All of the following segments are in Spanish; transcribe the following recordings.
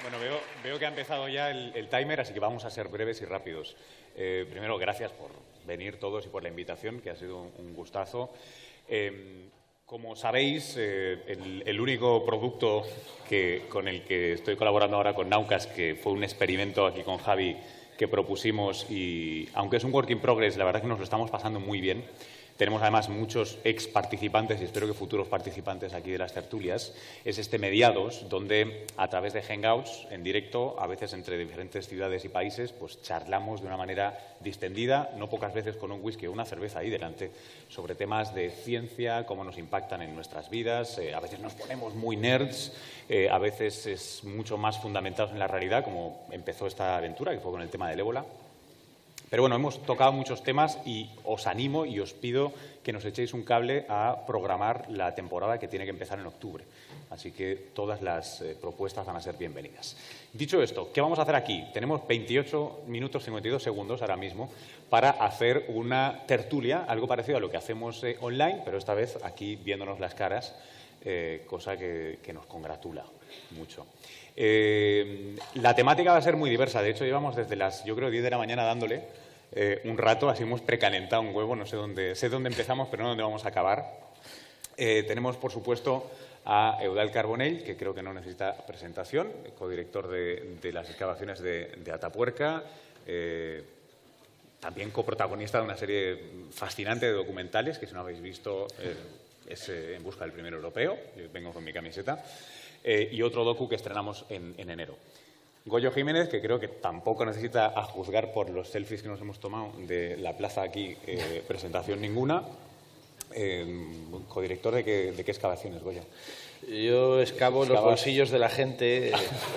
Bueno, veo que ha empezado ya el timer, así que vamos a ser breves y rápidos. Primero, gracias por venir todos y por la invitación, que ha sido un gustazo. Como sabéis, el único producto con el que estoy colaborando ahora con Naucas, que fue un experimento aquí con Javi que propusimos, y aunque es un work in progress, la verdad es que nos lo estamos pasando muy bien. Tenemos además muchos ex participantes y espero que futuros participantes aquí de las tertulias. Es este Mediados, donde a través de Hangouts, en directo, a veces entre diferentes ciudades y países, pues charlamos de una manera distendida, no pocas veces con un whisky o una cerveza ahí delante, sobre temas de ciencia, cómo nos impactan en nuestras vidas. A veces nos ponemos muy nerds, a veces es mucho más fundamentados en la realidad, como empezó esta aventura, que fue con el tema del ébola. Pero bueno, hemos tocado muchos temas y os animo y os pido que nos echéis un cable a programar la temporada que tiene que empezar en octubre. Así que todas las propuestas van a ser bienvenidas. Dicho esto, ¿qué vamos a hacer aquí? Tenemos 28 minutos 52 segundos ahora mismo para hacer una tertulia, algo parecido a lo que hacemos online, pero esta vez aquí viéndonos las caras, cosa que nos congratula mucho. La temática va a ser muy diversa. De hecho, llevamos desde las, yo creo, 10 de la mañana dándole un rato, así hemos precalentado un huevo, no sé dónde empezamos, pero no dónde vamos a acabar. Tenemos, por supuesto, a Eudald Carbonell, que creo que no necesita presentación, codirector de las excavaciones de Atapuerca, también coprotagonista de una serie fascinante de documentales, que si no habéis visto es En busca del primero europeo, yo vengo con mi camiseta, y otro docu que estrenamos en enero. Goyo Jiménez, que creo que tampoco necesita, a juzgar por los selfies que nos hemos tomado de la plaza aquí, presentación ninguna. Codirector de qué excavaciones, Goyo. Yo excavo los bolsillos de la gente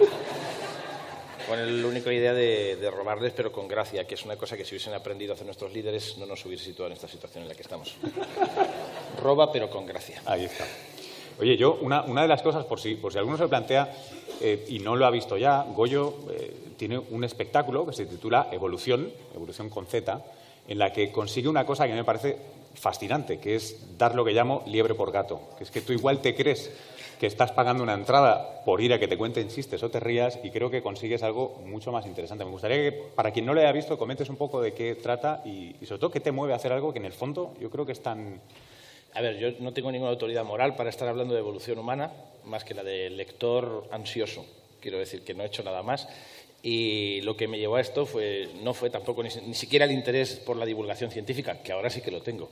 con la única idea de robarles, pero con gracia, que es una cosa que si hubiesen aprendido a hacer nuestros líderes no nos hubiese situado en esta situación en la que estamos. Roba, pero con gracia. Ahí está. Oye, yo, una de las cosas, por si alguno se plantea y no lo ha visto ya, Goyo tiene un espectáculo que se titula Evolución con Z, en la que consigue una cosa que me parece fascinante, que es dar lo que llamo liebre por gato. Que es que tú igual te crees que estás pagando una entrada por ir a que te cuenten chistes o te rías, y creo que consigues algo mucho más interesante. Me gustaría que, para quien no lo haya visto, comentes un poco de qué trata y sobre todo qué te mueve a hacer algo que en el fondo yo creo que es tan... A ver, yo no tengo ninguna autoridad moral para estar hablando de evolución humana, más que la de lector ansioso. Quiero decir que no he hecho nada más. Y lo que me llevó a esto no fue tampoco ni siquiera el interés por la divulgación científica, que ahora sí que lo tengo.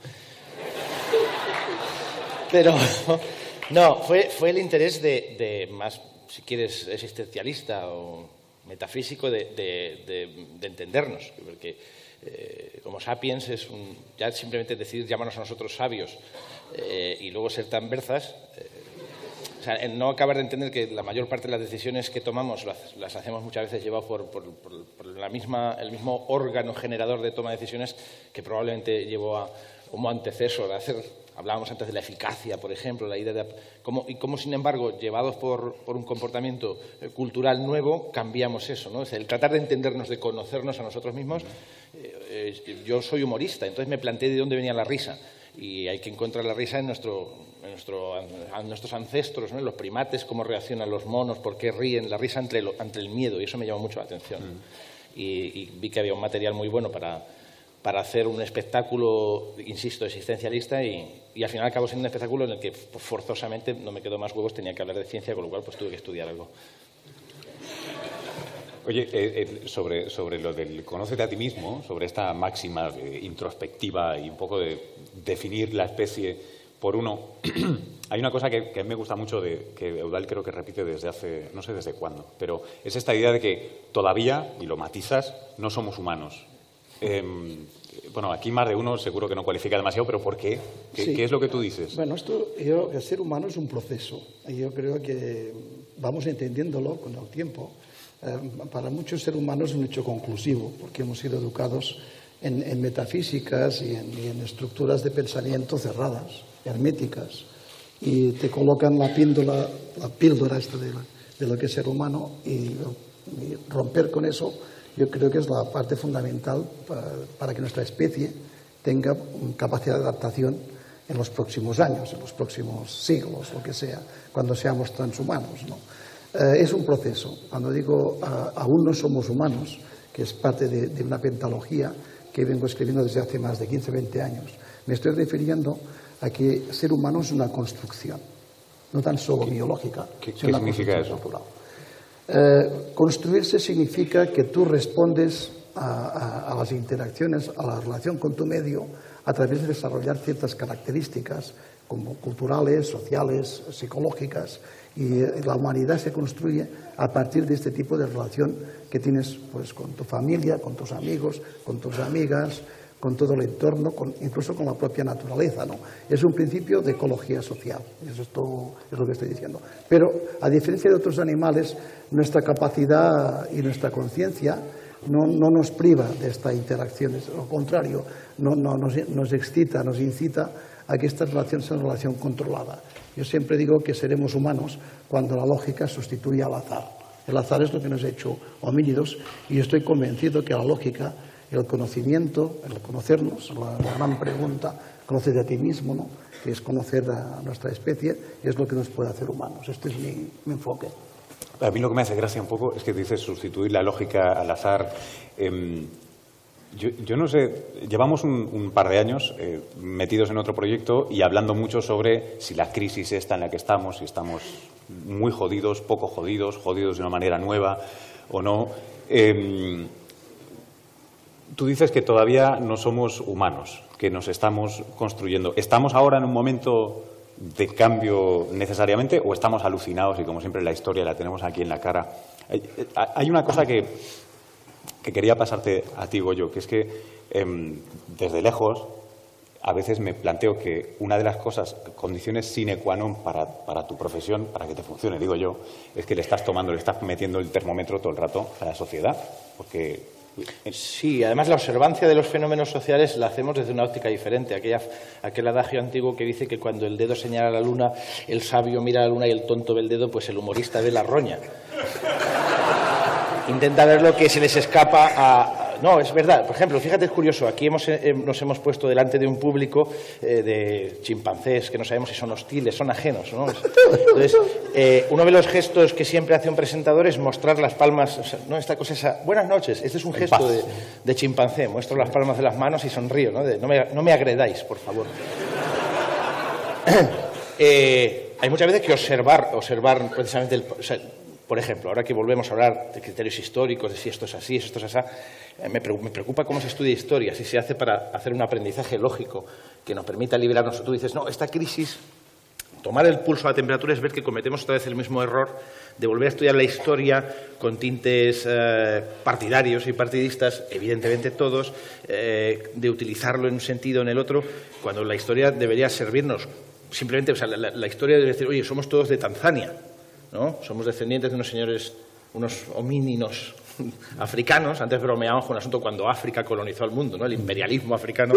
Pero no, fue el interés de más, si quieres, existencialista o metafísico de entendernos. Porque como sapiens ya simplemente decidir llamarnos a nosotros sabios y luego ser tan berzas, o sea, no acabar de entender que la mayor parte de las decisiones que tomamos las hacemos muchas veces llevados por el mismo órgano generador de toma de decisiones que probablemente llevó como antecesor a hacer. Hablábamos antes de la eficacia, por ejemplo, la idea de cómo, sin embargo, llevados por un comportamiento cultural nuevo, cambiamos eso, ¿no? Es el tratar de entendernos, de conocernos a nosotros mismos. Yo soy humorista, entonces me planteé de dónde venía la risa. Y hay que encontrar la risa en nuestros ancestros, ¿no? En los primates, cómo reaccionan los monos, por qué ríen, la risa ante el miedo, y eso me llamó mucho la atención. Y vi que había un material muy bueno para hacer un espectáculo, insisto, existencialista, y al final acabó siendo un espectáculo en el que forzosamente no me quedó más huevos, tenía que hablar de ciencia, con lo cual pues tuve que estudiar algo. Oye, sobre lo del conócete a ti mismo, sobre esta máxima introspectiva y un poco de definir la especie por uno, hay una cosa que a mí me gusta mucho, que Eudald creo que repite desde hace, no sé desde cuándo, pero es esta idea de que todavía, y lo matizas, no somos humanos. Bueno, aquí más de uno seguro que no cualifica demasiado, pero ¿por qué? ¿Qué es lo que tú dices? Bueno, el ser humano es un proceso. Y yo creo que vamos entendiéndolo con el tiempo. Para muchos ser humanos es un hecho conclusivo, porque hemos sido educados en metafísicas y en estructuras de pensamiento cerradas, herméticas, y te colocan la píldora esta de lo que es ser humano, y romper con eso yo creo que es la parte fundamental para que nuestra especie tenga capacidad de adaptación en los próximos años, en los próximos siglos, lo que sea, cuando seamos transhumanos, ¿no? Es un proceso. Cuando digo aún no somos humanos, que es parte de una pentalogía que vengo escribiendo desde hace más de 15 o 20 años, me estoy refiriendo a que ser humano es una construcción, no tan solo biológica. ¿Qué significa eso? Cultural. Construirse significa que tú respondes a las interacciones, a la relación con tu medio, a través de desarrollar ciertas características como culturales, sociales, psicológicas, y la humanidad se construye a partir de este tipo de relación que tienes pues, con tu familia, con tus amigos, con tus amigas, con todo el entorno, incluso con la propia naturaleza, ¿no? Es un principio de ecología social, eso es lo que estoy diciendo. Pero, a diferencia de otros animales, nuestra capacidad y nuestra conciencia no nos priva de estas interacciones, al contrario, nos excita, nos incita a que esta relación sea una relación controlada. Yo siempre digo que seremos humanos cuando la lógica sustituye al azar. El azar es lo que nos ha hecho homínidos, y yo estoy convencido que la lógica, el conocimiento, el conocernos, la gran pregunta, conocer a ti mismo, ¿no?, que es conocer a nuestra especie, es lo que nos puede hacer humanos. Este es mi enfoque. A mí lo que me hace gracia un poco es que dices sustituir la lógica al azar. Yo no sé, llevamos un par de años metidos en otro proyecto y hablando mucho sobre si la crisis esta en la que estamos, si estamos muy jodidos, poco jodidos, jodidos de una manera nueva o no. Tú dices que todavía no somos humanos, que nos estamos construyendo. ¿Estamos ahora en un momento de cambio necesariamente o estamos alucinados y como siempre la historia la tenemos aquí en la cara? Hay una cosa que quería pasarte a ti, Goyo, que es que desde lejos a veces me planteo que una de las cosas, condiciones sine qua non para tu profesión, para que te funcione, digo yo, es que le estás metiendo el termómetro todo el rato a la sociedad, porque... Sí, además la observancia de los fenómenos sociales la hacemos desde una óptica diferente. Aquel adagio antiguo que dice que cuando el dedo señala a la luna, el sabio mira a la luna y el tonto ve el dedo, pues el humorista ve la roña. Intenta ver lo que se les escapa a... No, es verdad. Por ejemplo, fíjate, es curioso. Aquí nos hemos puesto delante de un público de chimpancés que no sabemos si son hostiles, son ajenos, ¿no? Entonces, uno de los gestos que siempre hace un presentador es mostrar las palmas. O sea, no, esta cosa es... Buenas noches. Este es un gesto de chimpancé. Muestro las palmas de las manos y sonrío, ¿no? No me agredáis, por favor. Hay muchas veces que observar precisamente por ejemplo, ahora que volvemos a hablar de criterios históricos, de si esto es así, si esto es así, me preocupa cómo se estudia historia, si se hace para hacer un aprendizaje lógico que nos permita liberarnos. Tú dices, no, esta crisis, tomar el pulso a la temperatura es ver que cometemos otra vez el mismo error de volver a estudiar la historia con tintes partidarios y partidistas, evidentemente todos, de utilizarlo en un sentido o en el otro, cuando la historia debería servirnos. Simplemente, o sea, la historia debe decir, oye, somos todos de Tanzania, ¿no? Somos descendientes de unos señores, unos homínidos africanos. Antes bromeábamos con el asunto cuando África colonizó el mundo, ¿no? El imperialismo africano.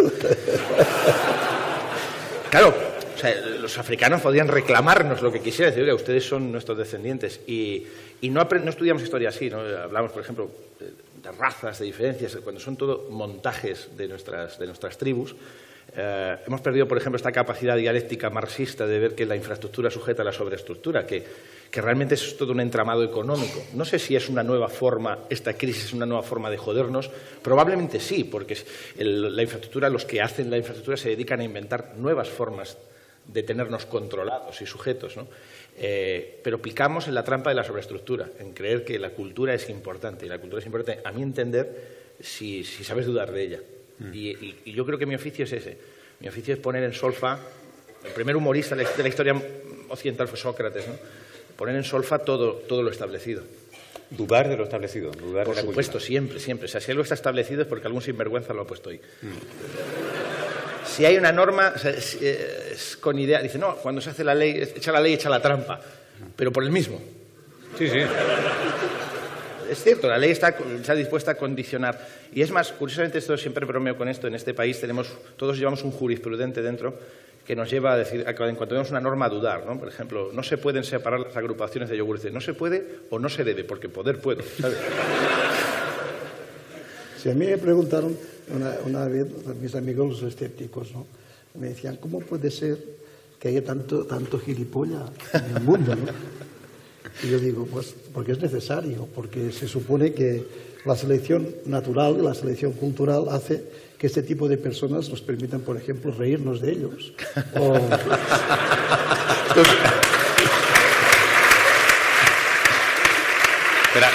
Claro, o sea, los africanos podían reclamarnos lo que quisieran, decir, oiga, ustedes son nuestros descendientes. Y no estudiamos historia así, ¿no? Hablamos, por ejemplo, de razas, de diferencias, cuando son todo montajes de nuestras tribus. Hemos perdido, por ejemplo, esta capacidad dialéctica marxista de ver que la infraestructura sujeta a la sobreestructura, que realmente es todo un entramado económico. No sé si es una nueva forma, esta crisis es una nueva forma de jodernos. Probablemente sí, porque la infraestructura, los que hacen la infraestructura se dedican a inventar nuevas formas de tenernos controlados y sujetos, ¿no? Pero picamos en la trampa de la sobreestructura, en creer que la cultura es importante. Y la cultura es importante, a mi entender, si sabes dudar de ella. Y yo creo que mi oficio es ese. Mi oficio es poner en solfa, el primer humorista de la historia occidental fue Sócrates, ¿no? Poner en solfa todo lo establecido. Dudar de lo establecido, dudar de la cultura. Por supuesto, siempre. O sea, si algo está establecido es porque algún sinvergüenza lo ha puesto ahí. Si hay una norma, o sea, es con idea, dice, no, cuando se hace la ley, echa la ley, echa la trampa, pero por el mismo. Sí. Es cierto, la ley está dispuesta a condicionar. Y es más, curiosamente, esto siempre bromeo con esto, en este país todos llevamos un jurisprudente dentro que nos lleva a decir, en cuanto tenemos una norma, a dudar, ¿no? Por ejemplo, no se pueden separar las agrupaciones de yogures. No se puede o no se debe, porque poder puedo, ¿sabes? Si a mí me preguntaron una vez mis amigos los escépticos, ¿no? Me decían, ¿cómo puede ser que haya tanto gilipollas en el mundo, ¿no? Y yo digo, pues porque es necesario, porque se supone que la selección natural y la selección cultural hace que este tipo de personas nos permitan, por ejemplo, reírnos de ellos. Espera.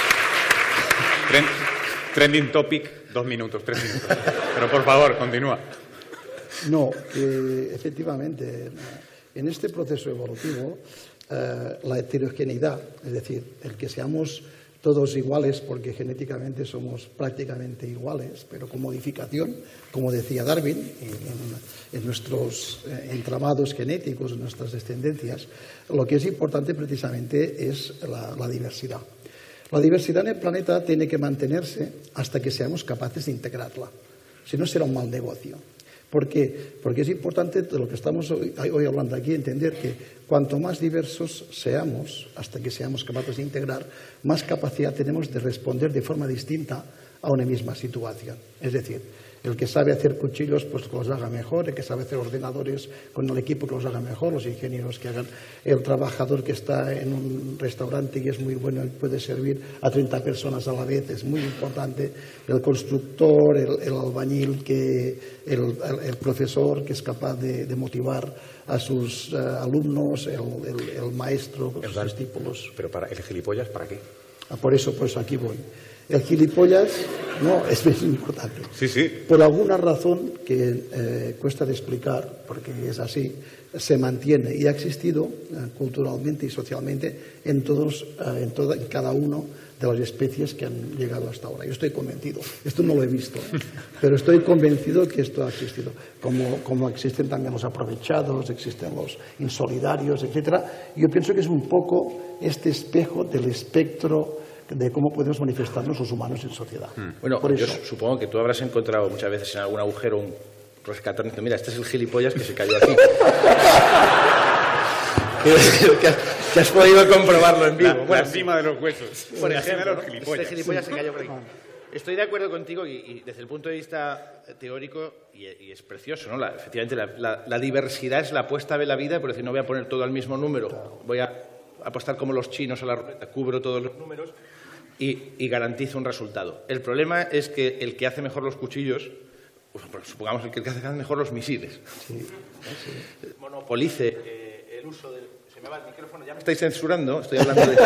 Trending topic, 2 minutos, 3 minutos. Pero por favor, continúa. No, que efectivamente en este proceso evolutivo la heterogeneidad, es decir, el que seamos todos iguales porque genéticamente somos prácticamente iguales, pero con modificación, como decía Darwin, en nuestros entramados genéticos, en nuestras descendencias, lo que es importante precisamente es la diversidad. La diversidad en el planeta tiene que mantenerse hasta que seamos capaces de integrarla, si no será un mal negocio. ¿Por qué? Porque es importante, de lo que estamos hoy hablando aquí, entender que cuanto más diversos seamos, hasta que seamos capaces de integrar, más capacidad tenemos de responder de forma distinta a una misma situación. Es decir, el que sabe hacer cuchillos, pues que los haga mejor, el que sabe hacer ordenadores con el equipo que los haga mejor, los ingenieros que hagan, el trabajador que está en un restaurante y es muy bueno y puede servir a 30 personas a la vez, es muy importante, el constructor, el albañil, el profesor que es capaz de motivar a sus alumnos, el maestro con sus discípulos. Pero para el gilipollas, ¿para qué? Por eso, pues aquí voy. El gilipollas, no, es muy importante. Sí, sí. Por alguna razón que cuesta de explicar, porque es así, se mantiene y ha existido culturalmente y socialmente en cada uno de las especies que han llegado hasta ahora. Yo estoy convencido, esto no lo he visto, pero estoy convencido que esto ha existido. Como existen también los aprovechados, existen los insolidarios, etcétera. Yo pienso que es un poco este espejo del espectro de cómo podemos manifestarnos los humanos en sociedad. Bueno, yo supongo que tú habrás encontrado muchas veces en algún agujero un rescatón y dices, mira, este es el gilipollas que se cayó aquí. que has podido comprobarlo en vivo. Bueno, encima de los huesos. Por ejemplo, los gilipollas. Este gilipollas se cayó por aquí. Estoy de acuerdo contigo y desde el punto de vista teórico, y es precioso, ¿no? Efectivamente, la diversidad es la apuesta de la vida, por decir, no voy a poner todo al mismo número, voy a apostar como los chinos a la ruleta, cubro todos los números y garantizo un resultado. El problema es que el que hace mejor los cuchillos, pues, supongamos el que hace mejor los misiles, monopolice el uso del... Se me va el micrófono, ya me estáis censurando, estoy hablando de...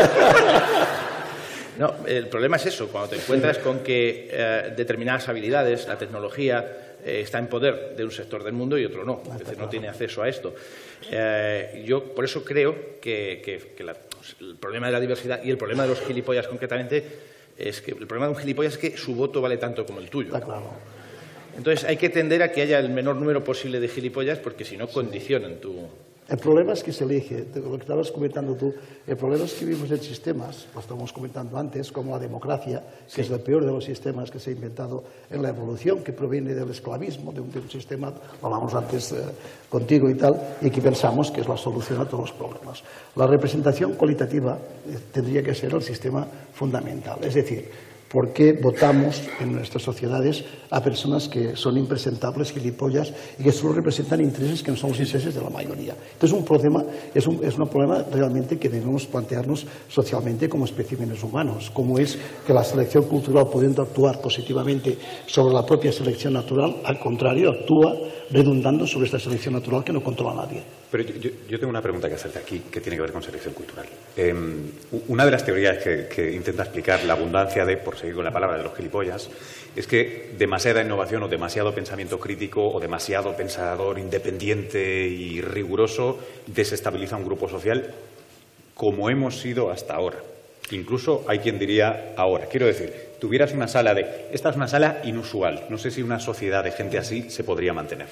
No, el problema es eso, cuando te encuentras con que determinadas habilidades, la tecnología, está en poder de un sector del mundo y otro no, es decir, no tiene acceso a esto. Yo por eso creo que el problema de la diversidad y el problema de los gilipollas concretamente es que el problema de un gilipollas es que su voto vale tanto como el tuyo. Está claro. Entonces hay que tender a que haya el menor número posible de gilipollas porque si no condicionan tu... El problema es que se elige, lo que estabas comentando tú, el problema es que vivimos en sistemas, lo estábamos comentando antes, como la democracia, que es el peor de los sistemas que se ha inventado en la evolución, que proviene del esclavismo, de un sistema, lo hablamos antes contigo y tal, y que pensamos que es la solución a todos los problemas. La representación cualitativa tendría que ser el sistema fundamental, es decir, ¿por qué votamos en nuestras sociedades a personas que son impresentables, gilipollas, y que solo representan intereses que no son los intereses de la mayoría? Entonces es un problema realmente que debemos plantearnos socialmente como especímenes humanos, como es que la selección cultural, pudiendo actuar positivamente sobre la propia selección natural, al contrario, actúa redundando sobre esta selección natural que no controla nadie. Pero yo tengo una pregunta que hacerte aquí que tiene que ver con selección cultural. Una de las teorías que intenta explicar la abundancia de, por seguir con la palabra, de los gilipollas, es que demasiada innovación o demasiado pensamiento crítico o demasiado pensador independiente y riguroso desestabiliza un grupo social como hemos sido hasta ahora. Incluso hay quien diría ahora. Quiero decir, tuvieras una sala de... Esta es una sala inusual. No sé si una sociedad de gente así se podría mantener.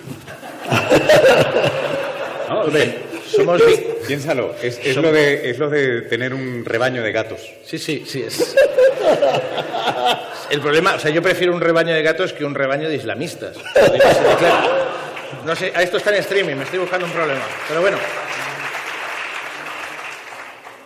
No, somos... Piénsalo, es lo de tener un rebaño de gatos. Sí, es... El problema, o sea, yo prefiero un rebaño de gatos que un rebaño de islamistas. No sé, a esto está en streaming, me estoy buscando un problema, pero bueno.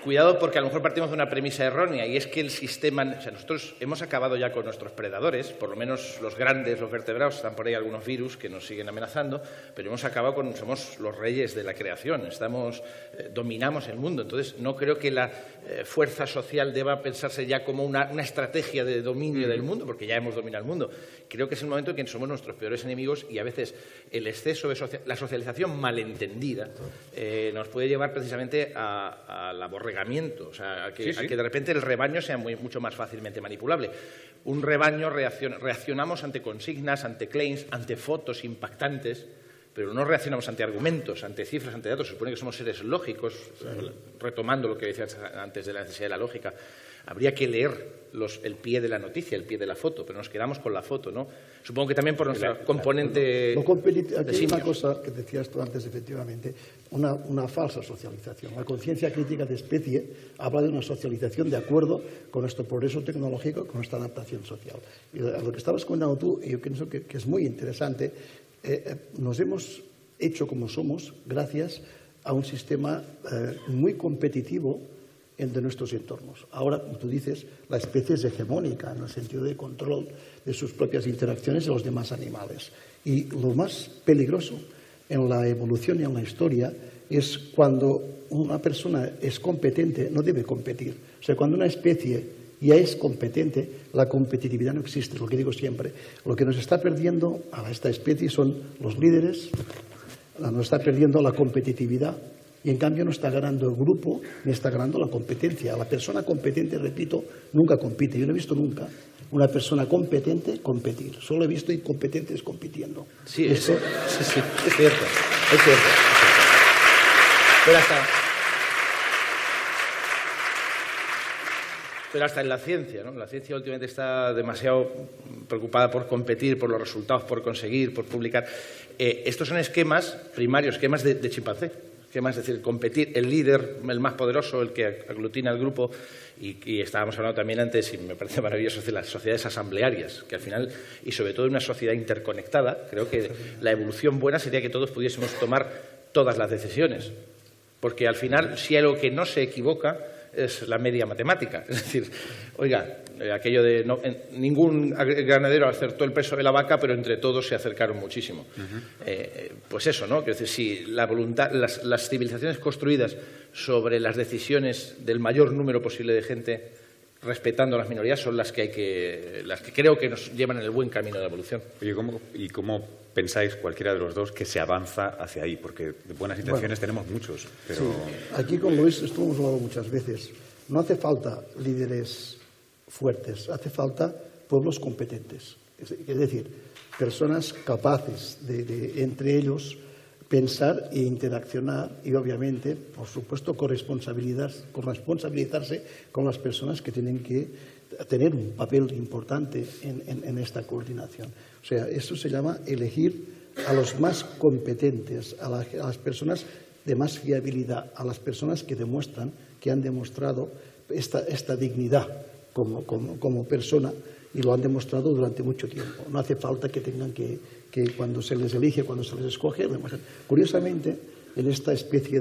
cuidado porque a lo mejor partimos de una premisa errónea y es que el sistema, o sea, nosotros hemos acabado ya con nuestros predadores, por lo menos los grandes, los vertebrados, están por ahí algunos virus que nos siguen amenazando, pero hemos acabado con, somos los reyes de la creación, dominamos el mundo, entonces no creo que la fuerza social deba pensarse ya como una estrategia de dominio del mundo, porque ya hemos dominado el mundo. Creo que es el momento en que somos nuestros peores enemigos y a veces el exceso de la socialización malentendida nos puede llevar precisamente al aborregamiento, o sea, a que de repente el rebaño sea mucho más fácilmente manipulable. Un rebaño reaccionamos ante consignas, ante claims, ante fotos impactantes, pero no reaccionamos ante argumentos, ante cifras, ante datos. Se supone que somos seres lógicos, retomando lo que decías antes de la necesidad de la lógica. Habría que leer el pie de la noticia, el pie de la foto, pero nos quedamos con la foto, ¿no? Supongo que también por nuestra componente Aquí hay una cosa que decías tú antes, efectivamente, una falsa socialización. La conciencia crítica de especie habla de una socialización de acuerdo con nuestro progreso tecnológico, con nuestra adaptación social. Y lo que estabas comentando tú, yo pienso que es muy interesante. Nos hemos hecho como somos gracias a un sistema muy competitivo de nuestros entornos. Ahora, como tú dices, la especie es hegemónica en el sentido de control de sus propias interacciones de los demás animales. Y lo más peligroso en la evolución y en la historia es cuando una persona es competente, no debe competir. O sea, cuando una especie ya es competente, la competitividad no existe, es lo que digo siempre. Lo que nos está perdiendo a esta especie son los líderes, nos está perdiendo la competitividad y en cambio no está ganando el grupo ni está ganando la competencia. La persona competente, repito, nunca compite. Yo no he visto nunca una persona competente competir. Solo he visto incompetentes compitiendo. Sí, es cierto. Es cierto. Pero hasta en la ciencia, ¿no? La ciencia últimamente está demasiado preocupada por competir, por los resultados, por conseguir, por publicar. Estos son esquemas primarios, esquemas de chimpancé. Es decir, competir, el líder, el más poderoso, el que aglutina al grupo, y estábamos hablando también antes, y me parece maravilloso, de las sociedades asamblearias, que al final, y sobre todo en una sociedad interconectada, creo que la evolución buena sería que todos pudiésemos tomar todas las decisiones, porque al final, si hay algo que no se equivoca, es la media matemática. Es decir, oiga, aquello de ningún ganadero acertó el peso de la vaca, pero entre todos se acercaron muchísimo. Pues eso, ¿no? Es decir, si la voluntad, las civilizaciones construidas sobre las decisiones del mayor número posible de gente, respetando a las minorías, son las que creo que nos llevan en el buen camino de la evolución. Oye, ¿cómo pensáis cualquiera de los dos que se avanza hacia ahí? Porque de buenas intenciones tenemos muchos. Pero... Sí. Aquí con Luis esto hemos hablado muchas veces. No hace falta líderes fuertes, hace falta pueblos competentes. Es decir, personas capaces de entre ellos pensar e interaccionar y, obviamente, por supuesto, corresponsabilizarse con las personas que tienen que tener un papel importante en esta coordinación. O sea, eso se llama elegir a los más competentes, a las personas de más fiabilidad, a las personas que demuestran, que han demostrado esta dignidad como persona y lo han demostrado durante mucho tiempo. No hace falta que tengan que cuando se les elige, cuando se les escoge, curiosamente, en esta especie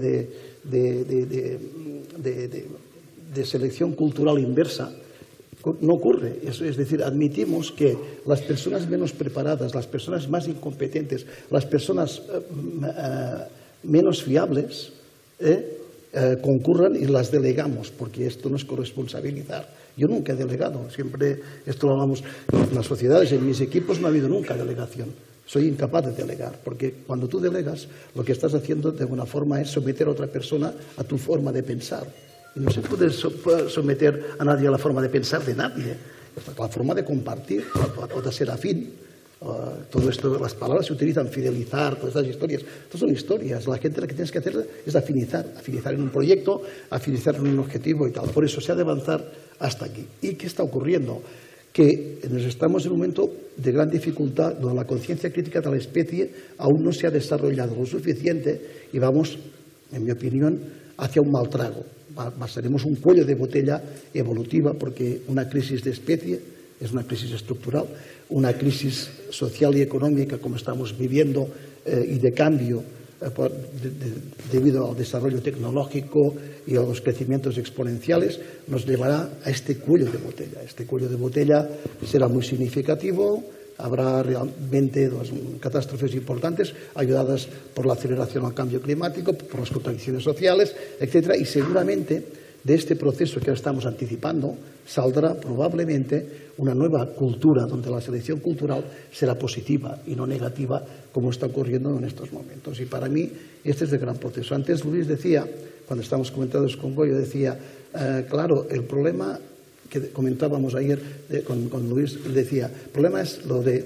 de selección cultural inversa, no ocurre. Es decir, admitimos que las personas menos preparadas, las personas más incompetentes, las personas menos fiables, concurran y las delegamos, porque esto no es corresponsabilizar. Yo nunca he delegado, siempre esto lo hablamos en las sociedades, en mis equipos no ha habido nunca delegación. Soy incapaz de delegar, porque cuando tú delegas, lo que estás haciendo de alguna forma es someter a otra persona a tu forma de pensar. Y no se puede someter a nadie a la forma de pensar de nadie, la forma de compartir, o de ser afín. Todo esto, las palabras se utilizan, fidelizar, todas estas historias. Estas son historias. La gente lo que tienes que hacer es afinizar en un proyecto, afinizar en un objetivo y tal. Por eso se ha de avanzar hasta aquí. ¿Y qué está ocurriendo? Que estamos en un momento de gran dificultad donde la conciencia crítica de la especie aún no se ha desarrollado lo suficiente y vamos, en mi opinión, hacia un mal trago. Seremos un cuello de botella evolutiva porque una crisis de especie es una crisis estructural, una crisis social y económica como estamos viviendo y de cambio debido al desarrollo tecnológico y a los crecimientos exponenciales, nos llevará a este cuello de botella. Este cuello de botella será muy significativo, habrá realmente catástrofes importantes ayudadas por la aceleración al cambio climático, por las contradicciones sociales, etcétera, y seguramente de este proceso que ahora estamos anticipando saldrá probablemente una nueva cultura donde la selección cultural será positiva y no negativa como está ocurriendo en estos momentos. Y para mí este es el gran proceso. Antes Luis decía, cuando estábamos comentando con Goyo, decía, claro, el problema que comentábamos ayer con Luis, él decía, el problema es lo de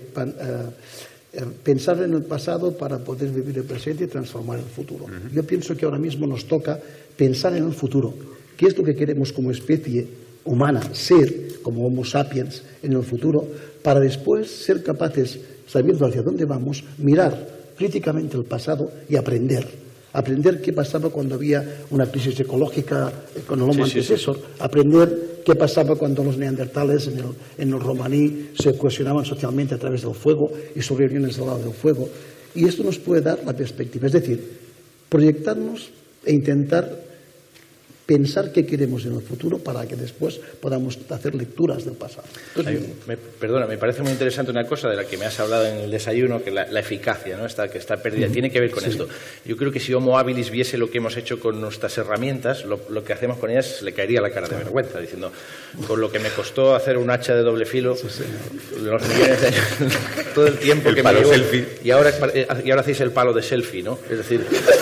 pensar en el pasado para poder vivir el presente y transformar el futuro. Yo pienso que ahora mismo nos toca pensar en el futuro. ¿Qué es lo que queremos como especie humana ser, como Homo sapiens, en el futuro, para después ser capaces, sabiendo hacia dónde vamos, mirar críticamente el pasado y aprender? Aprender qué pasaba cuando había una crisis ecológica con el Homo antecesor, aprender qué pasaba cuando los neandertales en el romaní se cohesionaban socialmente a través del fuego y sobrevivieron al lado del fuego. Y esto nos puede dar la perspectiva, es decir, proyectarnos e intentar pensar qué queremos en el futuro para que después podamos hacer lecturas del pasado. Perdona, me parece muy interesante una cosa de la que me has hablado en el desayuno, que la eficacia, ¿no? que está perdida. Tiene que ver con esto. Yo creo que si Homo habilis viese lo que hemos hecho con nuestras herramientas, lo que hacemos con ellas le caería la cara de vergüenza, diciendo, con lo que me costó hacer un hacha de doble filo, los millones de años, todo el tiempo el que palo me llevo, selfie. y ahora hacéis el palo de selfie, ¿no? Es decir...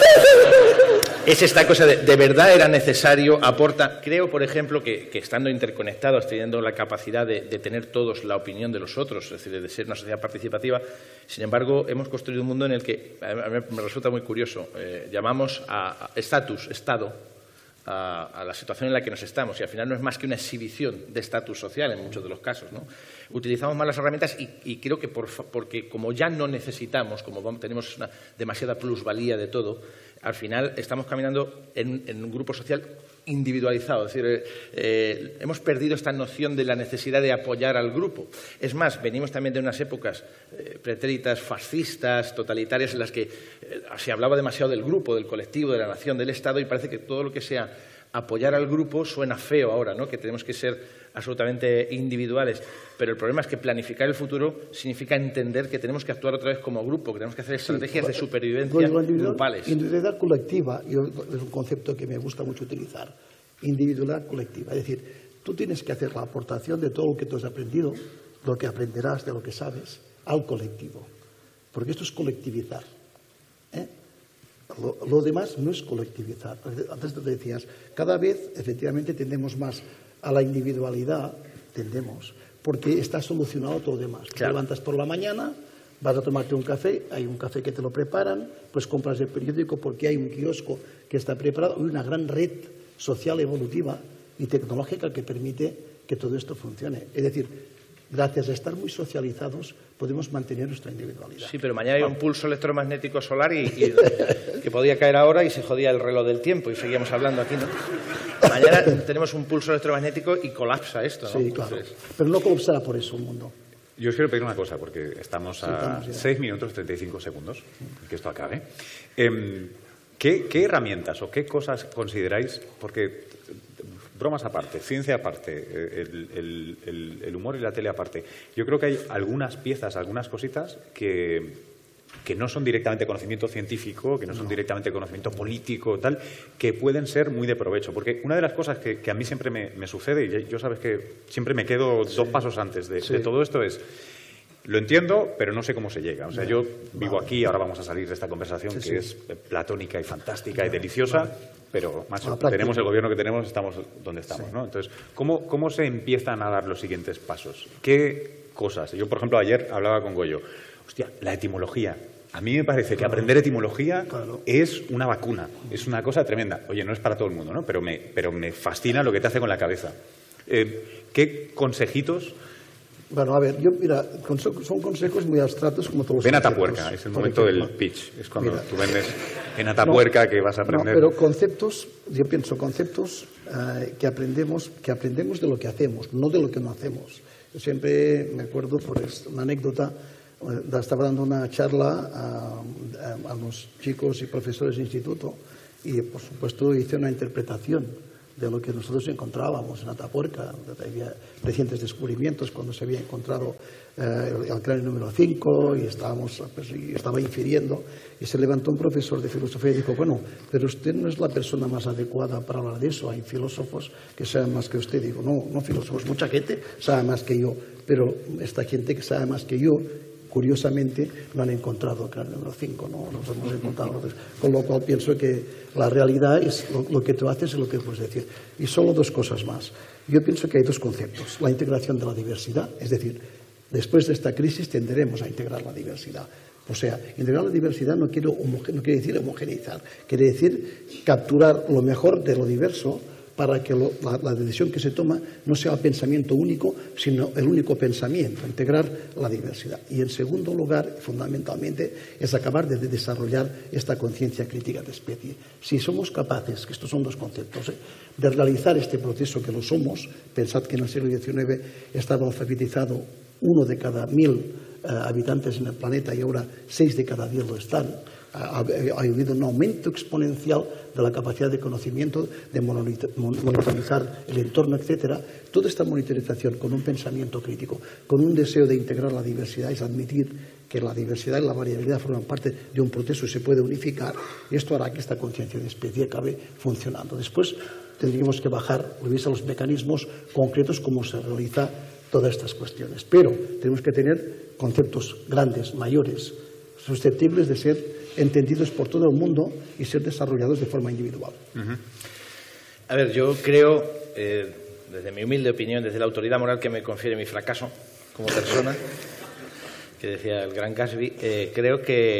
Es esta cosa de verdad era necesario, aporta. Creo, por ejemplo, que estando interconectados, teniendo la capacidad de tener todos la opinión de los otros, es decir, de ser una sociedad participativa, sin embargo, hemos construido un mundo en el que, a mí me resulta muy curioso, llamamos a Estado, a la situación en la que nos estamos, y al final no es más que una exhibición de estatus social en muchos de los casos, ¿no? Utilizamos más las herramientas y creo que porque como ya no necesitamos, como tenemos una demasiada plusvalía de todo, al final estamos caminando en un grupo social individualizado. Es decir, hemos perdido esta noción de la necesidad de apoyar al grupo. Es más, venimos también de unas épocas pretéritas, fascistas, totalitarias, en las que se hablaba demasiado del grupo, del colectivo, de la nación, del Estado, y parece que todo lo que sea apoyar al grupo suena feo ahora, ¿no? Que tenemos que ser absolutamente individuales. Pero el problema es que planificar el futuro significa entender que tenemos que actuar otra vez como grupo, que tenemos que hacer estrategias de supervivencia grupales. Individualidad colectiva es un concepto que me gusta mucho utilizar. Individualidad colectiva. Es decir, tú tienes que hacer la aportación de todo lo que tú has aprendido, lo que aprenderás de lo que sabes, al colectivo. Porque esto es colectivizar. Lo demás no es colectivizar. Antes te decías, cada vez efectivamente tendemos más a la individualidad, porque está solucionado todo lo demás. Claro. Te levantas por la mañana, vas a tomarte un café, hay un café que te lo preparan, pues compras el periódico porque hay un kiosco que está preparado, hay una gran red social evolutiva y tecnológica que permite que todo esto funcione. Es decir, gracias a estar muy socializados podemos mantener nuestra individualidad. Sí, pero mañana hay un pulso electromagnético solar y que podía caer ahora y se jodía el reloj del tiempo y seguíamos hablando aquí, ¿no? Mañana tenemos un pulso electromagnético y colapsa esto, ¿no? Sí, claro. Pero no colapsará por eso el mundo. Yo os quiero pedir una cosa, porque estamos a 6 minutos 35 segundos, que esto acabe. ¿Qué herramientas o qué cosas consideráis? Porque, bromas aparte, ciencia aparte, el humor y la tele aparte, yo creo que hay algunas piezas, algunas cositas que no son directamente conocimiento científico, que no son directamente conocimiento político, tal, que pueden ser muy de provecho. Porque una de las cosas que a mí siempre me sucede, y yo sabes que siempre me quedo dos pasos antes de todo esto, es... Lo entiendo, pero no sé cómo se llega. O sea, yo vivo aquí, ahora vamos a salir de esta conversación que es platónica y fantástica y deliciosa, pero, macho, tenemos el gobierno que tenemos, estamos donde estamos, ¿no? Entonces, ¿cómo se empiezan a dar los siguientes pasos? ¿Qué cosas? Yo, por ejemplo, ayer hablaba con Goyo. Hostia, la etimología. A mí me parece que aprender etimología es una vacuna, es una cosa tremenda. Oye, no es para todo el mundo, ¿no? Pero me fascina lo que te hace con la cabeza. ¿Qué consejitos? Bueno, a ver, mira, son consejos muy abstratos como todos los Ven a Atapuerca, es el momento del pitch. Es cuando tú vendes en Atapuerca que vas a aprender. No, pero conceptos, yo pienso conceptos que aprendemos de lo que hacemos, no de lo que no hacemos. Yo siempre me acuerdo por una anécdota, estaba dando una charla a los chicos y profesores de instituto y, por supuesto, hice una interpretación de lo que nosotros encontrábamos en Atapuerca. Había recientes descubrimientos cuando se había encontrado el cráneo número 5 y estaba infiriendo, y se levantó un profesor de filosofía y dijo, bueno, pero usted no es la persona más adecuada para hablar de eso, hay filósofos que saben más que usted. Digo, no filósofos, mucha gente sabe más que yo, pero esta gente que sabe más que yo, curiosamente, no han encontrado el cráneo número 5, no los hemos encontrado. Con lo cual pienso que la realidad es lo que tú haces y lo que puedes decir. Y solo dos cosas más. Yo pienso que hay dos conceptos. La integración de la diversidad, es decir, después de esta crisis tenderemos a integrar la diversidad. O sea, integrar la diversidad no quiere decir homogeneizar, quiere decir capturar lo mejor de lo diverso para que la decisión que se toma no sea el pensamiento único, sino el único pensamiento, integrar la diversidad. Y en segundo lugar, fundamentalmente, es acabar de desarrollar esta conciencia crítica de especie. Si somos capaces, que estos son dos conceptos, de realizar este proceso, que lo somos, pensad que en el siglo XIX estaba alfabetizado 1 de cada 1000 habitantes en el planeta y ahora 6 de cada 10 lo están. Ha habido un aumento exponencial de la capacidad de conocimiento, de monitorizar el entorno, etcétera. Toda esta monitorización con un pensamiento crítico, con un deseo de integrar la diversidad, es admitir que la diversidad y la variabilidad forman parte de un proceso y se puede unificar, y esto hará que esta conciencia de especie acabe funcionando. Después tendríamos que bajar a los mecanismos concretos como se realiza todas estas cuestiones. Pero tenemos que tener conceptos grandes, mayores, susceptibles de ser entendidos por todo el mundo y ser desarrollados de forma individual. A ver, yo creo, desde mi humilde opinión, desde la autoridad moral que me confiere mi fracaso como persona, que decía el gran Gatsby, creo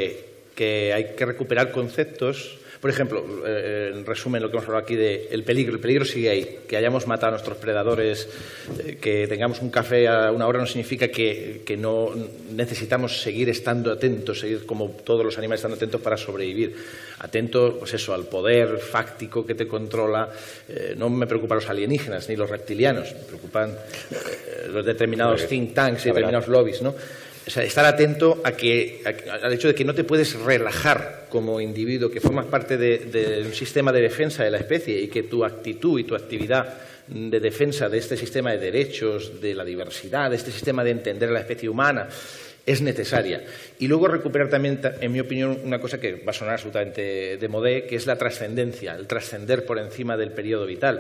que hay que recuperar conceptos. Por ejemplo, en resumen, lo que hemos hablado aquí del peligro. El peligro sigue ahí. Que hayamos matado a nuestros predadores, que tengamos un café a una hora no significa que no necesitamos seguir estando atentos, seguir como todos los animales estando atentos para sobrevivir. Atentos, pues eso, al poder fáctico que te controla. No me preocupan los alienígenas ni los reptilianos, me preocupan los determinados think tanks y determinados lobbies, ¿no? O sea, estar atento al hecho de que no te puedes relajar como individuo, que formas parte de un sistema de defensa de la especie y que tu actitud y tu actividad de defensa de este sistema de derechos, de la diversidad, de este sistema de entender a la especie humana, es necesaria. Y luego recuperar también, en mi opinión, una cosa que va a sonar absolutamente de modé, que es la trascendencia, el trascender por encima del periodo vital,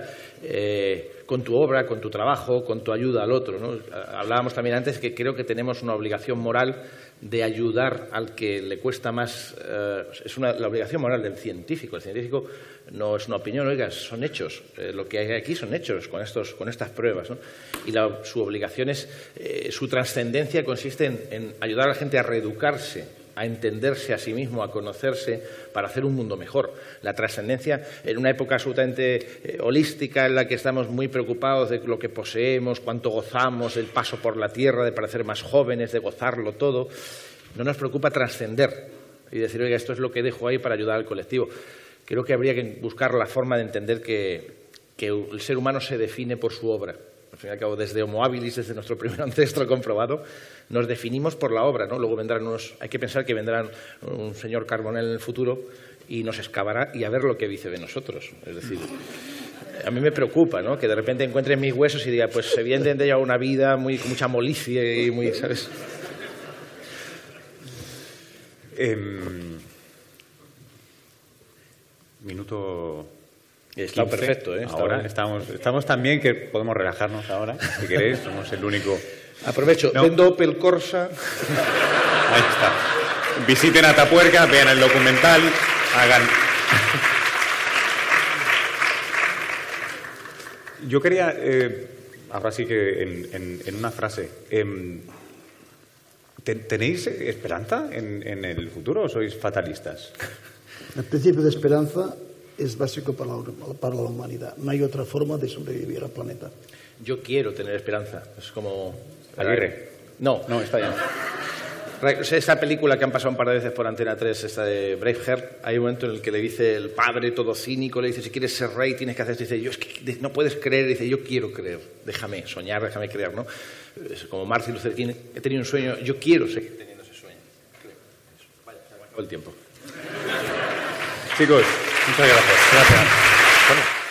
con tu obra, con tu trabajo, con tu ayuda al otro, ¿no? Hablábamos también antes que creo que tenemos una obligación moral de ayudar al que le cuesta más. Es la obligación moral del científico. El científico no es una opinión, oiga, son hechos. Lo que hay aquí son hechos con estas pruebas, ¿no? Y su obligación es, su trascendencia consiste en ayudar a la gente a reeducarse, a entenderse a sí mismo, a conocerse, para hacer un mundo mejor. La trascendencia, en una época absolutamente holística en la que estamos muy preocupados de lo que poseemos, cuánto gozamos, el paso por la tierra, de parecer más jóvenes, de gozarlo todo, no nos preocupa trascender y decir, oiga, esto es lo que dejo ahí para ayudar al colectivo. Creo que habría que buscar la forma de entender que el ser humano se define por su obra. Al fin y al cabo, desde Homo habilis, desde nuestro primer ancestro comprobado, nos definimos por la obra, ¿no? Luego hay que pensar que vendrán un señor Carbonell en el futuro y nos excavará y a ver lo que dice de nosotros. Es decir, a mí me preocupa, ¿no? Que de repente encuentre mis huesos y diga, pues evidentemente lleva una vida con mucha molicie y muy, ¿sabes? Minuto... Está 15. Perfecto, ¿eh? Ahora estamos tan bien que podemos relajarnos ahora, si queréis, somos el único... Aprovecho, vendo Opel Corsa. Ahí está. Visiten Atapuerca, vean el documental, hagan... Yo quería, ahora sí que en una frase, ¿tenéis esperanza en el futuro o sois fatalistas? El principio de esperanza es básico para la humanidad. No hay otra forma de sobrevivir al planeta. Yo quiero tener esperanza. Es como... Aguirre. No, está bien. Esa película que han pasado un par de veces por Antena 3, esta de Braveheart, hay un momento en el que le dice el padre todo cínico, le dice, si quieres ser rey tienes que hacer esto. Dice, es que no puedes creer. Dice, yo quiero creer. Déjame soñar, déjame creer, ¿no? Como Martin Luther King, he tenido un sueño, yo quiero seguir teniendo ese el tiempo. Chicos, muchas gracias. Gracias. Bueno.